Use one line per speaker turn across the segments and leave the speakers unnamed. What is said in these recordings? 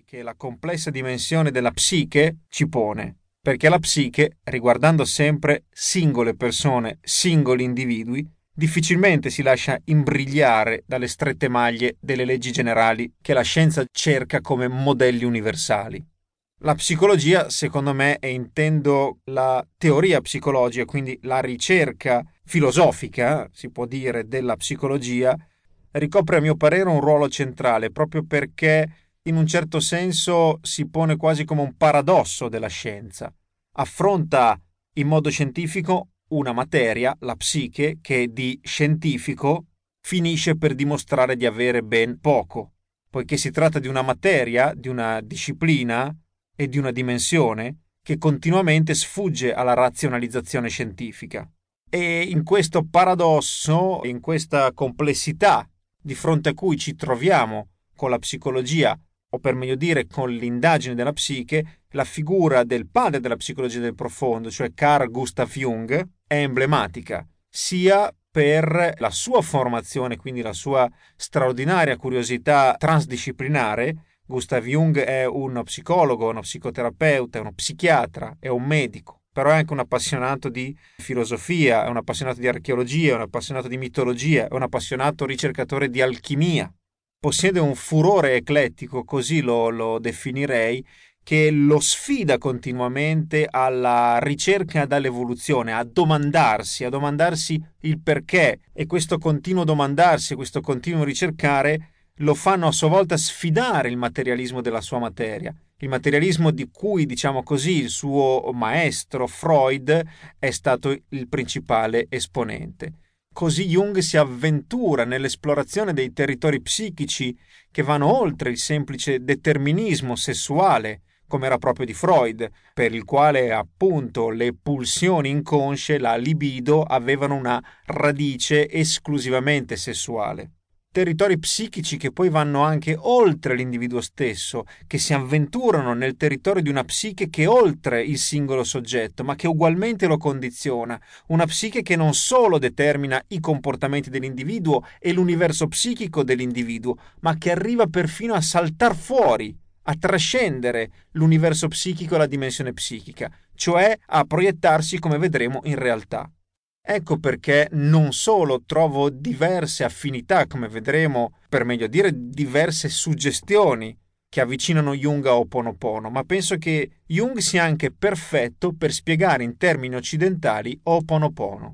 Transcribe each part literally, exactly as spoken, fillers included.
che la complessa dimensione della psiche ci pone, perché la psiche, riguardando sempre singole persone, singoli individui, difficilmente si lascia imbrigliare dalle strette maglie delle leggi generali che la scienza cerca come modelli universali. La psicologia, secondo me, e intendo la teoria psicologica, quindi la ricerca filosofica, si può dire, della psicologia, ricopre a mio parere un ruolo centrale proprio perché in un certo senso si pone quasi come un paradosso della scienza. Affronta in modo scientifico una materia, la psiche, che di scientifico finisce per dimostrare di avere ben poco, poiché si tratta di una materia, di una disciplina e di una dimensione che continuamente sfugge alla razionalizzazione scientifica. E in questo paradosso, in questa complessità di fronte a cui ci troviamo con la psicologia, o per meglio dire con l'indagine della psiche, la figura del padre della psicologia del profondo, cioè Carl Gustav Jung, è emblematica, sia per la sua formazione, quindi la sua straordinaria curiosità transdisciplinare. Gustav Jung è uno psicologo, uno psicoterapeuta, uno psichiatra, è un medico, però è anche un appassionato di filosofia, è un appassionato di archeologia, è un appassionato di mitologia, è un appassionato ricercatore di alchimia. Possiede un furore eclettico, così lo, lo definirei, che lo sfida continuamente alla ricerca e all'evoluzione, a domandarsi, a domandarsi il perché, e questo continuo domandarsi, questo continuo ricercare lo fanno a sua volta sfidare il materialismo della sua materia, il materialismo di cui, diciamo così, il suo maestro Freud è stato il principale esponente. Così Jung si avventura nell'esplorazione dei territori psichici che vanno oltre il semplice determinismo sessuale, come era proprio di Freud, per il quale appunto le pulsioni inconsce, la libido, avevano una radice esclusivamente sessuale. Territori psichici che poi vanno anche oltre l'individuo stesso, che si avventurano nel territorio di una psiche che è oltre il singolo soggetto, ma che ugualmente lo condiziona, una psiche che non solo determina i comportamenti dell'individuo e l'universo psichico dell'individuo, ma che arriva perfino a saltar fuori, a trascendere l'universo psichico e la dimensione psichica, cioè a proiettarsi, come vedremo, in realtà. Ecco perché non solo trovo diverse affinità, come vedremo, per meglio dire diverse suggestioni che avvicinano Jung a Ho Oponopono, ma penso che Jung sia anche perfetto per spiegare in termini occidentali Ho Oponopono.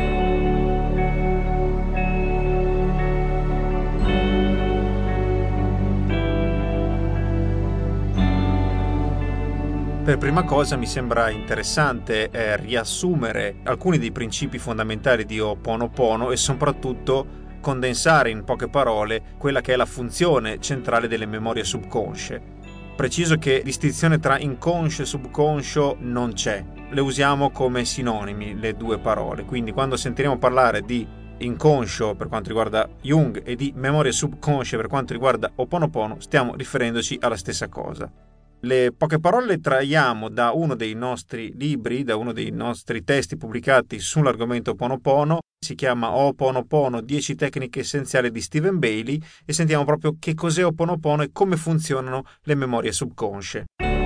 Per prima cosa mi sembra interessante eh, riassumere alcuni dei principi fondamentali di Ho Oponopono e soprattutto condensare in poche parole quella che è la funzione centrale delle memorie subconsce. Preciso che distinzione tra inconscio e subconscio non c'è, le usiamo come sinonimi le due parole, quindi quando sentiremo parlare di inconscio per quanto riguarda Jung e di memorie subconsce per quanto riguarda Ho Oponopono stiamo riferendoci alla stessa cosa. Le poche parole le traiamo da uno dei nostri libri, da uno dei nostri testi pubblicati sull'argomento Ho Oponopono, si chiama Ho Oponopono, dieci tecniche essenziali di Stephen Bailey, e sentiamo proprio che cos'è Ho Oponopono e come funzionano le memorie subconsce.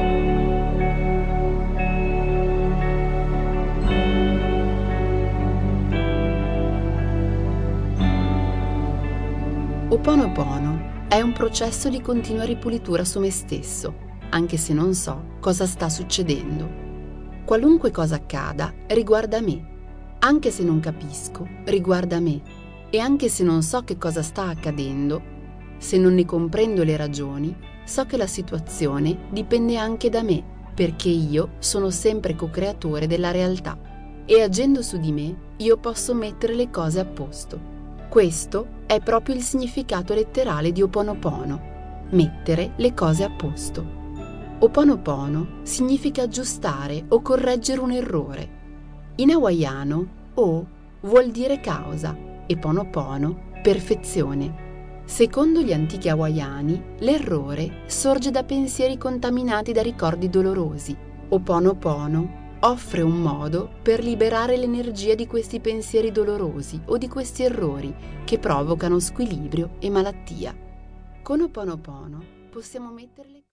Ho Oponopono è un processo di continua ripulitura su me stesso, anche se non so cosa sta succedendo. Qualunque cosa accada riguarda me, anche se non capisco, riguarda me, e anche se non so che cosa sta accadendo, se non ne comprendo le ragioni, so che la situazione dipende anche da me, perché io sono sempre co-creatore della realtà, e agendo su di me io posso mettere le cose a posto. Questo è proprio il significato letterale di Ho Oponopono, mettere le cose a posto. Ho Oponopono significa aggiustare o correggere un errore. In hawaiano, O vuol dire causa e Ponopono perfezione. Secondo gli antichi hawaiani, l'errore sorge da pensieri contaminati da ricordi dolorosi. Ho Oponopono offre un modo per liberare l'energia di questi pensieri dolorosi o di questi errori che provocano squilibrio e malattia. Con Ho Oponopono possiamo metterle